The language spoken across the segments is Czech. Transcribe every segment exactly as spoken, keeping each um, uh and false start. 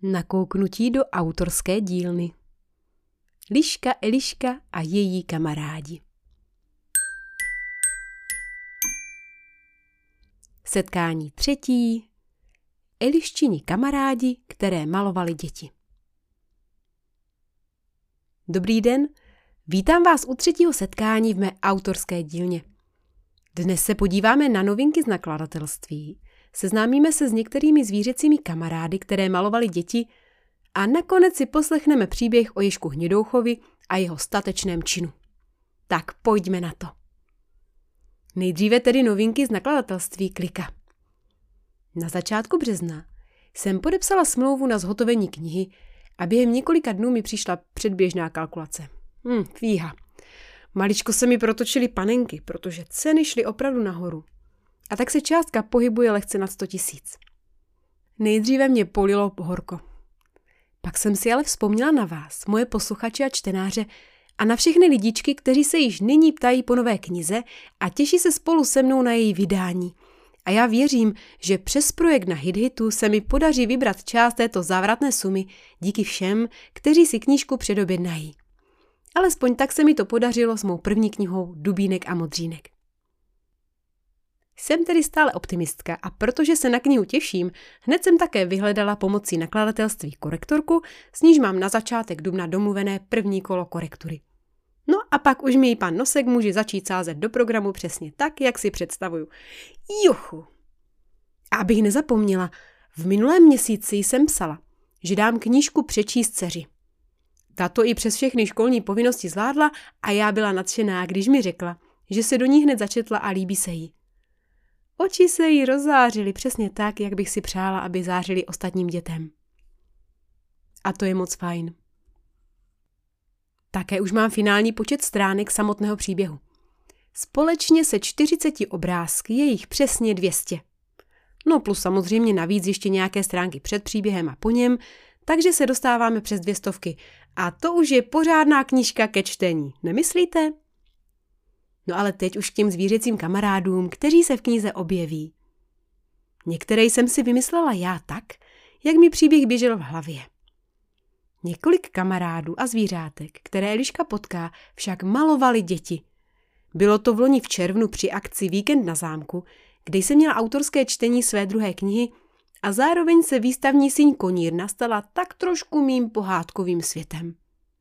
Nakouknutí do autorské dílny. Liška, Eliška a její kamarádi. Setkání třetí. Eliščini kamarádi, které malovali děti. Dobrý den, vítám vás u třetího setkání v mé autorské dílně. Dnes se podíváme na novinky z nakladatelství, seznámíme se s některými zvířecími kamarády, které malovali děti, a nakonec si poslechneme příběh o Ježku Hnědouchovi a jeho statečném činu. Tak pojďme na to. Nejdříve tedy novinky z nakladatelství Klika. Na začátku března jsem podepsala smlouvu na zhotovení knihy a během několika dnů mi přišla předběžná kalkulace. Hm, fíha. Maličko se mi protočily panenky, protože ceny šly opravdu nahoru. A tak se částka pohybuje lehce nad sto tisíc. Nejdříve mě polilo horko. Pak jsem si ale vzpomněla na vás, moje posluchače a čtenáře, a na všechny lidičky, kteří se již nyní ptají po nové knize a těší se spolu se mnou na její vydání. A já věřím, že přes projekt na HitHitu se mi podaří vybrat část této závratné sumy díky všem, kteří si knížku předobjednají. Alespoň tak se mi to podařilo s mou první knihou Dubínek a modřínek. Jsem tedy stále optimistka a protože se na knihu těším, hned jsem také vyhledala pomocí nakladatelství korektorku, s níž mám na začátek dubna domluvené první kolo korektury. No a pak už mi ji pan Nosek může začít sázet do programu přesně tak, jak si představuju. Juchu! A abych nezapomněla, v minulém měsíci jsem psala, že dám knížku přečíst dceři. Tato i přes všechny školní povinnosti zvládla a já byla nadšená, když mi řekla, že se do ní hned začetla a líbí se jí. Oči se jí rozzářily přesně tak, jak bych si přála, aby zářily ostatním dětem. A to je moc fajn. Také už mám finální počet stránek samotného příběhu. Společně se čtyřiceti obrázky je jich přesně dvě stě. No plus samozřejmě navíc ještě nějaké stránky před příběhem a po něm, takže se dostáváme přes dvě stovky. A to už je pořádná knížka ke čtení, nemyslíte? No ale teď už k těm zvířecím kamarádům, kteří se v knize objeví. Některé jsem si vymyslela já tak, jak mi příběh běžel v hlavě. Několik kamarádů a zvířátek, které Eliška potká, však malovali děti. Bylo to v loni v červnu při akci Víkend na zámku, kde jsem měla autorské čtení své druhé knihy a zároveň se výstavní síň Konírna stala tak trošku mým pohádkovým světem.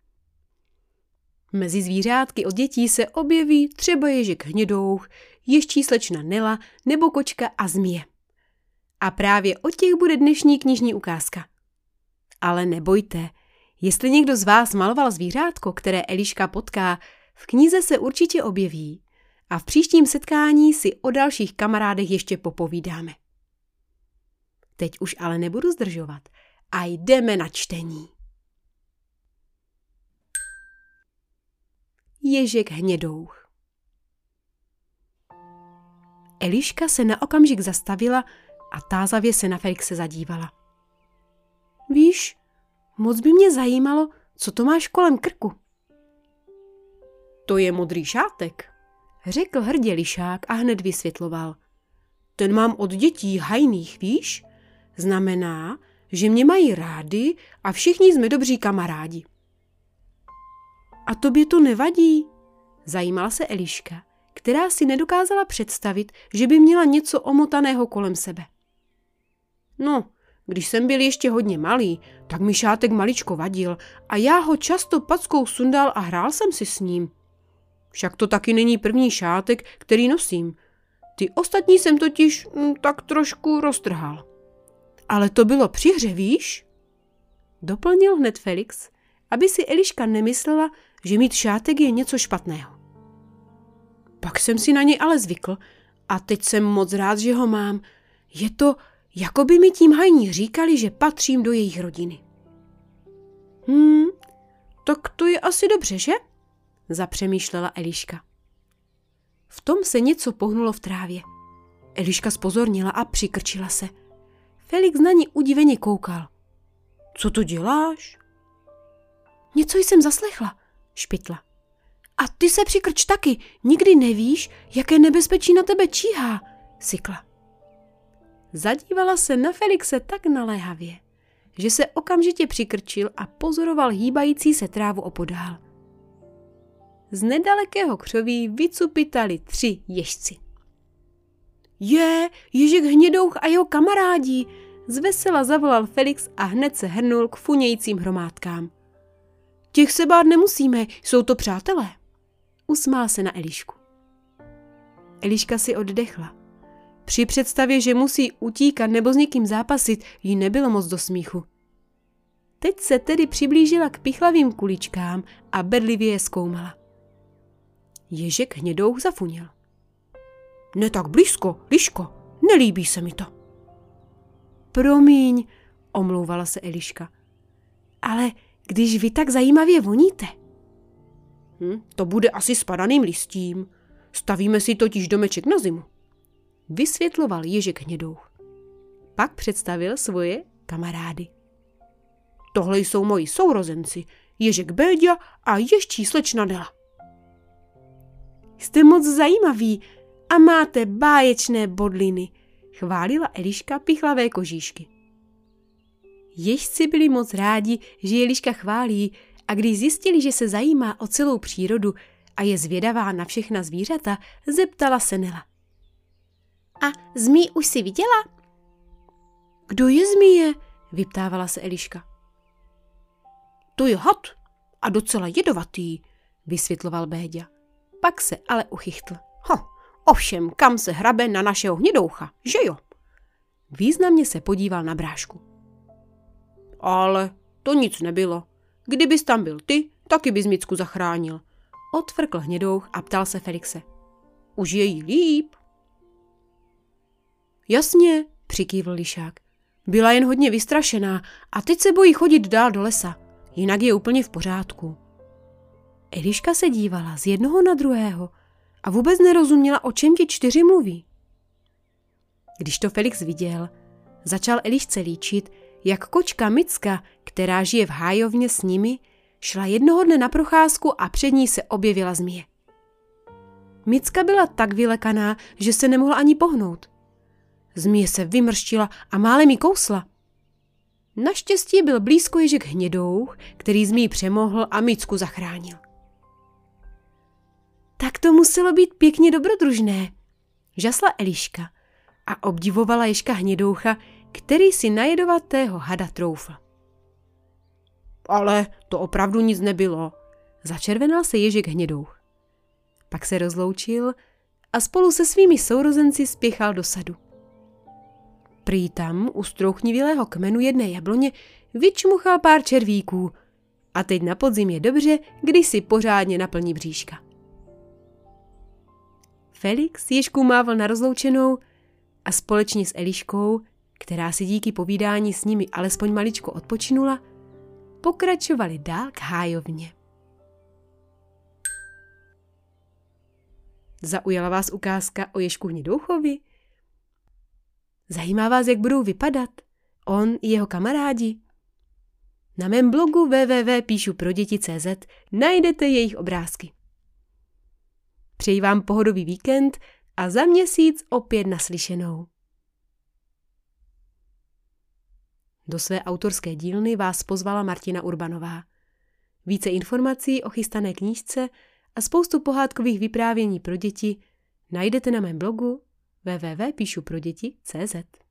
Mezi zvířátky od dětí se objeví třeba Ježek Hnědouch, ježčí slečna Nela nebo kočka a zmije. A právě o těch bude dnešní knižní ukázka. Ale nebojte, jestli někdo z vás maloval zvířátko, které Eliška potká, v knize se určitě objeví a v příštím setkání si o dalších kamarádech ještě popovídáme. Teď už ale nebudu zdržovat a jdeme na čtení. Ježek Hnědouch. Eliška se na okamžik zastavila a tázavě se na Felixe zadívala. Víš, moc by mě zajímalo, co to máš kolem krku. To je modrý šátek, řekl hrdě lišák a hned vysvětloval. Ten mám od dětí hajných, víš? Znamená, že mě mají rádi a všichni jsme dobří kamarádi. A tobě to nevadí? Zajímala se Eliška, která si nedokázala představit, že by měla něco omotaného kolem sebe. No, když jsem byl ještě hodně malý, tak mi šátek maličko vadil a já ho často packou sundal a hrál jsem si s ním. Však to taky není první šátek, který nosím. Ty ostatní jsem totiž hm, tak trošku roztrhal. Ale to bylo při hře, víš? Doplnil hned Felix, aby si Eliška nemyslela, že mít šátek je něco špatného. Pak jsem si na něj ale zvykl a teď jsem moc rád, že ho mám. Je to, jako by mi tím hajní říkali, že patřím do jejich rodiny. Hmm, tak to je asi dobře, že? Zapřemýšlela Eliška. V tom se něco pohnulo v trávě. Eliška zpozornila a přikrčila se. Felix na ní udiveně koukal. Co to děláš? Něco jsem zaslechla, špitla. A ty se přikrč taky, nikdy nevíš, jaké nebezpečí na tebe číhá, sykla. Zadívala se na Felixe tak naléhavě, že se okamžitě přikrčil a pozoroval hýbající se trávu opodál. Z nedalekého křoví vycupitali tři ježci. Je, Ježek Hnědouch a jeho kamarádi, zvesela zavolal Felix a hned se hrnul k funějícím hromádkám. Těch se bát nemusíme, jsou to přátelé. Usmál se na Elišku. Eliška si oddechla. Při představě, že musí utíkat nebo s někým zápasit, jí nebylo moc do smíchu. Teď se tedy přiblížila k pichlavým kuličkám a bedlivě je zkoumala. Ježek Hnědouch zafuněl. Ne tak blízko, Liško, nelíbí se mi to. Promiň, omlouvala se Eliška. Ale když vy tak zajímavě voníte. Hm, to bude asi s padaným listím. Stavíme si totiž domeček na zimu. Vysvětloval Ježek Hnědouch. Pak představil svoje kamarády. Tohle jsou moji sourozenci, Ježek Béďa a ježčí slečna Nela. Jste moc zajímaví a máte báječné bodliny, chválila Eliška pichlavé kožíšky. Ježci byli moc rádi, že je Eliška chválí, a když zjistili, že se zajímá o celou přírodu a je zvědavá na všechna zvířata, zeptala se Nela. A zmí už si viděla? Kdo je zmije? Vyptávala se Eliška. To je had a docela jedovatý, vysvětloval Béďa. Pak se ale uchychtl. Ho, ovšem, kam se hrabe na našeho Hnědoucha, že jo? Významně se podíval na brášku. Ale to nic nebylo. Kdybys tam byl ty, taky bys Micku zachránil. Odfrkl Hnědouch a ptal se Felixe. Už je jí líp? Jasně, přikývl Lišák. Byla jen hodně vystrašená a teď se bojí chodit dál do lesa. Jinak je úplně v pořádku. Eliška se dívala z jednoho na druhého a vůbec nerozuměla, o čem ti čtyři mluví. Když to Felix viděl, začal Elišce líčit, jak kočka Micka, která žije v hájovně s nimi, šla jednoho dne na procházku a před ní se objevila zmije. Micka byla tak vylekaná, že se nemohla ani pohnout. Zmije se vymrštila a málem jí kousla. Naštěstí byl blízko Ježek Hnědouch, který zmiji přemohl a Micku zachránil. Tak to muselo být pěkně dobrodružné, žasla Eliška a obdivovala Ježka Hnědoucha, který si na jedovatého hada troufl. Ale to opravdu nic nebylo, začervenal se Ježek Hnědouch. Pak se rozloučil a spolu se svými sourozenci spěchal do sadu. Prý tam u strouchnivělého kmenu jedné jabloně vyčmuchal pár červíků a teď na podzim je dobře, když si pořádně naplní bříška. Felix Ježku mával na rozloučenou a společně s Eliškou, která si díky povídání s nimi alespoň maličko odpočinula, pokračovali dál k hájovně. Zaujala vás ukázka o Ježku Hnědouchovi? Zajímá vás, jak budou vypadat on i jeho kamarádi? Na mém blogu w w w tečka píšu pro děti tečka cé zet najdete jejich obrázky. Přeji vám pohodový víkend a za měsíc opět naslyšenou. Do své autorské dílny vás pozvala Martina Urbanová. Více informací o chystané knížce a spoustu pohádkových vyprávění pro děti najdete na mém blogu w w w tečka píšu pro děti tečka cé zet.